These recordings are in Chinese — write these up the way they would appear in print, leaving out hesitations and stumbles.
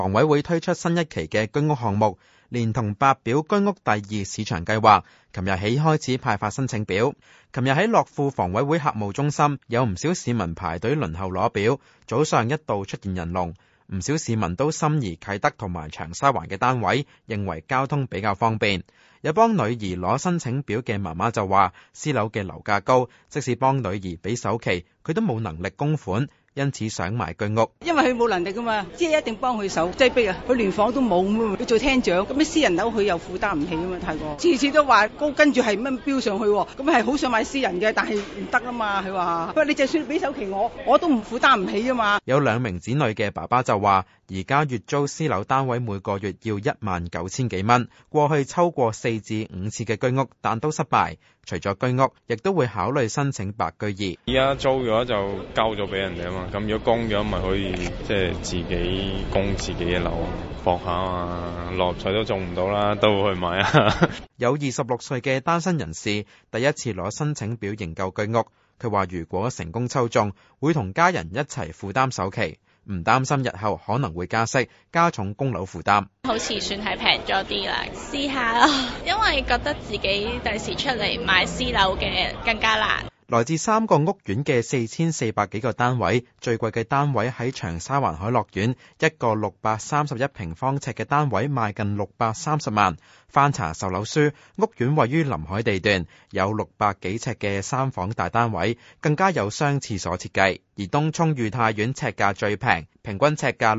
房委會推出新一期嘅居屋項目，連同白表居屋第二市場計劃，琴日起開始派發申請表。琴日喺樂富房委會客務中心，有唔少市民排隊輪候攞表，早上一度出現人龍。唔少市民都心儀啟德同埋長沙灣嘅單位，認為交通比較方便。有幫女兒攞申請表嘅媽媽就話，私樓嘅樓價高，即使幫女兒俾首期，佢都冇能力供款，因此想買居屋。 因為佢冇能力噶嘛，即係一定幫佢手，擠逼啊！佢連房都冇，佢做廳長，咁啲私人樓佢又負擔唔起啊嘛，太過次次都話高，跟住係乜飆上去，咁係好想買私人嘅，但係唔得啊嘛。佢話，你就算俾首期我都唔負擔唔起啊嘛。有 2名子女嘅爸爸就話，而家月租私樓單位每個月要19000幾蚊，過去抽過4至5次嘅居屋，但都失敗。除咗居屋，亦都會考慮申請白居二。 而家租嘅話就交咗俾人哋啊嘛，咁如果供咗咪可以即係自己供自己嘅樓，搏下啊，六合彩都中唔到啦，都會去買啊。 有26歲嘅單身人士第一次攞申請表認購居屋，佢話如果成功抽中，會同家人一齊負擔首期。唔擔心日後可能會加息，加重供樓負擔。 好似算係平咗啲啦，試下咯，因為覺得自己第時出嚟買私樓嘅更加難。 來自3個屋苑嘅4400幾個單位，最貴嘅單位喺長沙灣海樂苑，一個631平方尺嘅單位賣近630萬。翻查售樓書，屋苑位於臨海地段，有600幾尺嘅3房大單位，更加有雙廁所設計。而東涌裕泰苑尺價最平，平均尺價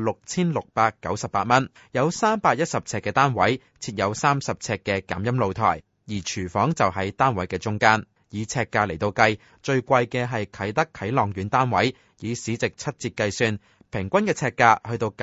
6698蚊。有310尺嘅單位，設有30尺嘅減音露台，而廚房就喺單位嘅中間。以尺價嚟到計，最貴嘅係啟德啟朗苑單位，以市值7折計算，平均嘅尺價去到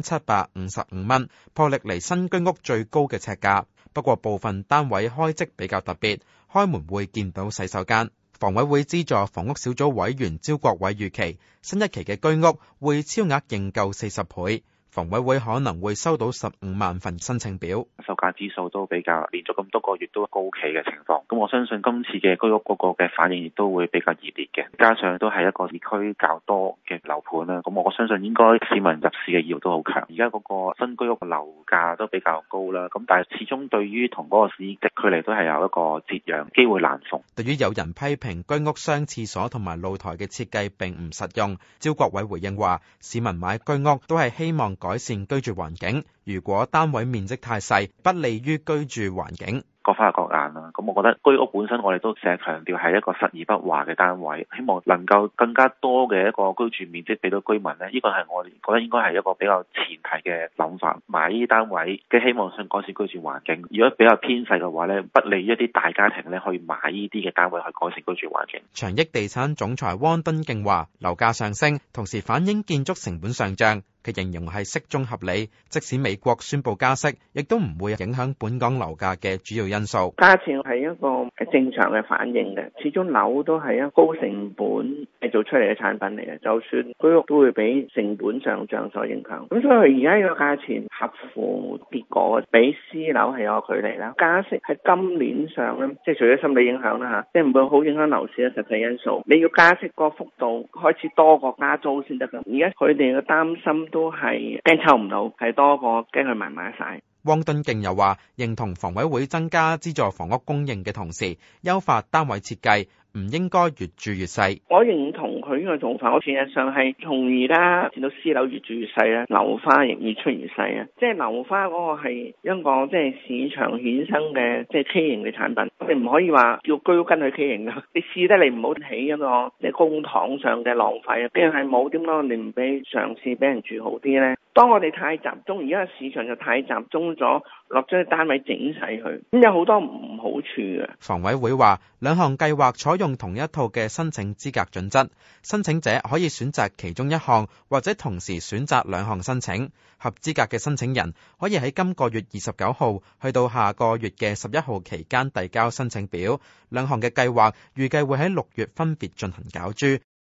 9755蚊，破歷嚟新居屋最高嘅尺價。不過部分單位開則比較特別，開門會見到洗手間。房委會資助房屋小組委員招國偉預期，新一期嘅居屋會超額認購40倍。房委會可能會收到15萬份申請表， 售價指數都比較連續咁多個月都高企嘅情況，咁我相信今次嘅居屋嗰個嘅反應亦都會比較熱烈嘅，加上都係一個市區較多嘅樓盤啦，咁我相信應該市民入市嘅意欲都好強。而家嗰個新居屋嘅樓價都比較高啦，咁但係始終對於同嗰個市值距離都係有一個折讓，機會難逢。 對於有人批評居屋雙廁所同埋露台嘅設計並唔實用，招國偉回應話，市民買居屋都係希望改善居住環境，如果單位面積太細，不利於居住環境。 各花各眼啦，咁我覺得居屋本身我哋都成日強調係一個實而不華嘅單位，希望能夠更加多嘅一個居住面積俾到居民呢，呢個係我哋覺得應該係一個比較前提嘅諗法。買呢啲單位嘅希望想改善居住環境，如果比較偏細嘅話呢，不利於一啲大家庭呢去買呢啲嘅單位去改善居住環境。 長益地產總裁汪敦敬話，樓價上升，同時反映建築成本上漲。佢形容係適中合理，即使美國宣布加息，亦都唔會影響本港樓價嘅主要因素。 價錢係一個正常嘅反應嘅，始終樓都係一個高成本製造出嚟嘅產品嚟嘅，就算居屋都會俾成本上漲所影響。咁所以而家呢個價錢合乎結果，比私樓係有個距離啦。加息喺今年上咧，即係除咗心理影響啦嚇，即係唔會好影響樓市嘅實際因素。你要加息個幅度開始多過加租先得㗎。而家佢哋嘅擔心都係驚抽唔到，係多過驚佢買唔買得晒。 汪敦敬又話，認同房委會增加資助房屋供應嘅同時，優化單位設計，唔應該越住越細。 我認同佢呢個做法，我事實上係從而家見到私樓越住越細咧，樓花亦越出越細啊！即係樓花嗰個係一個即係市場衍生嘅即係畸形嘅產品，你唔可以話叫居屋跟佢畸形㗎。你試得你唔好起一個即係公帑上嘅浪費啊！既然係冇，點解你唔俾嘗試俾人住好啲咧？當我哋太集中，而家市場就太集中咗，落咗單位整細佢，咁有好多唔好處嘅。 房委會話，兩項計劃採用同一套嘅申請資格準則，申請者可以選擇其中一項，或者同時選擇2項申請。合資格嘅申請人可以喺今個月29號去到下個月嘅11號期間遞交申請表。2項嘅計劃預計會喺6月分別進行攪珠。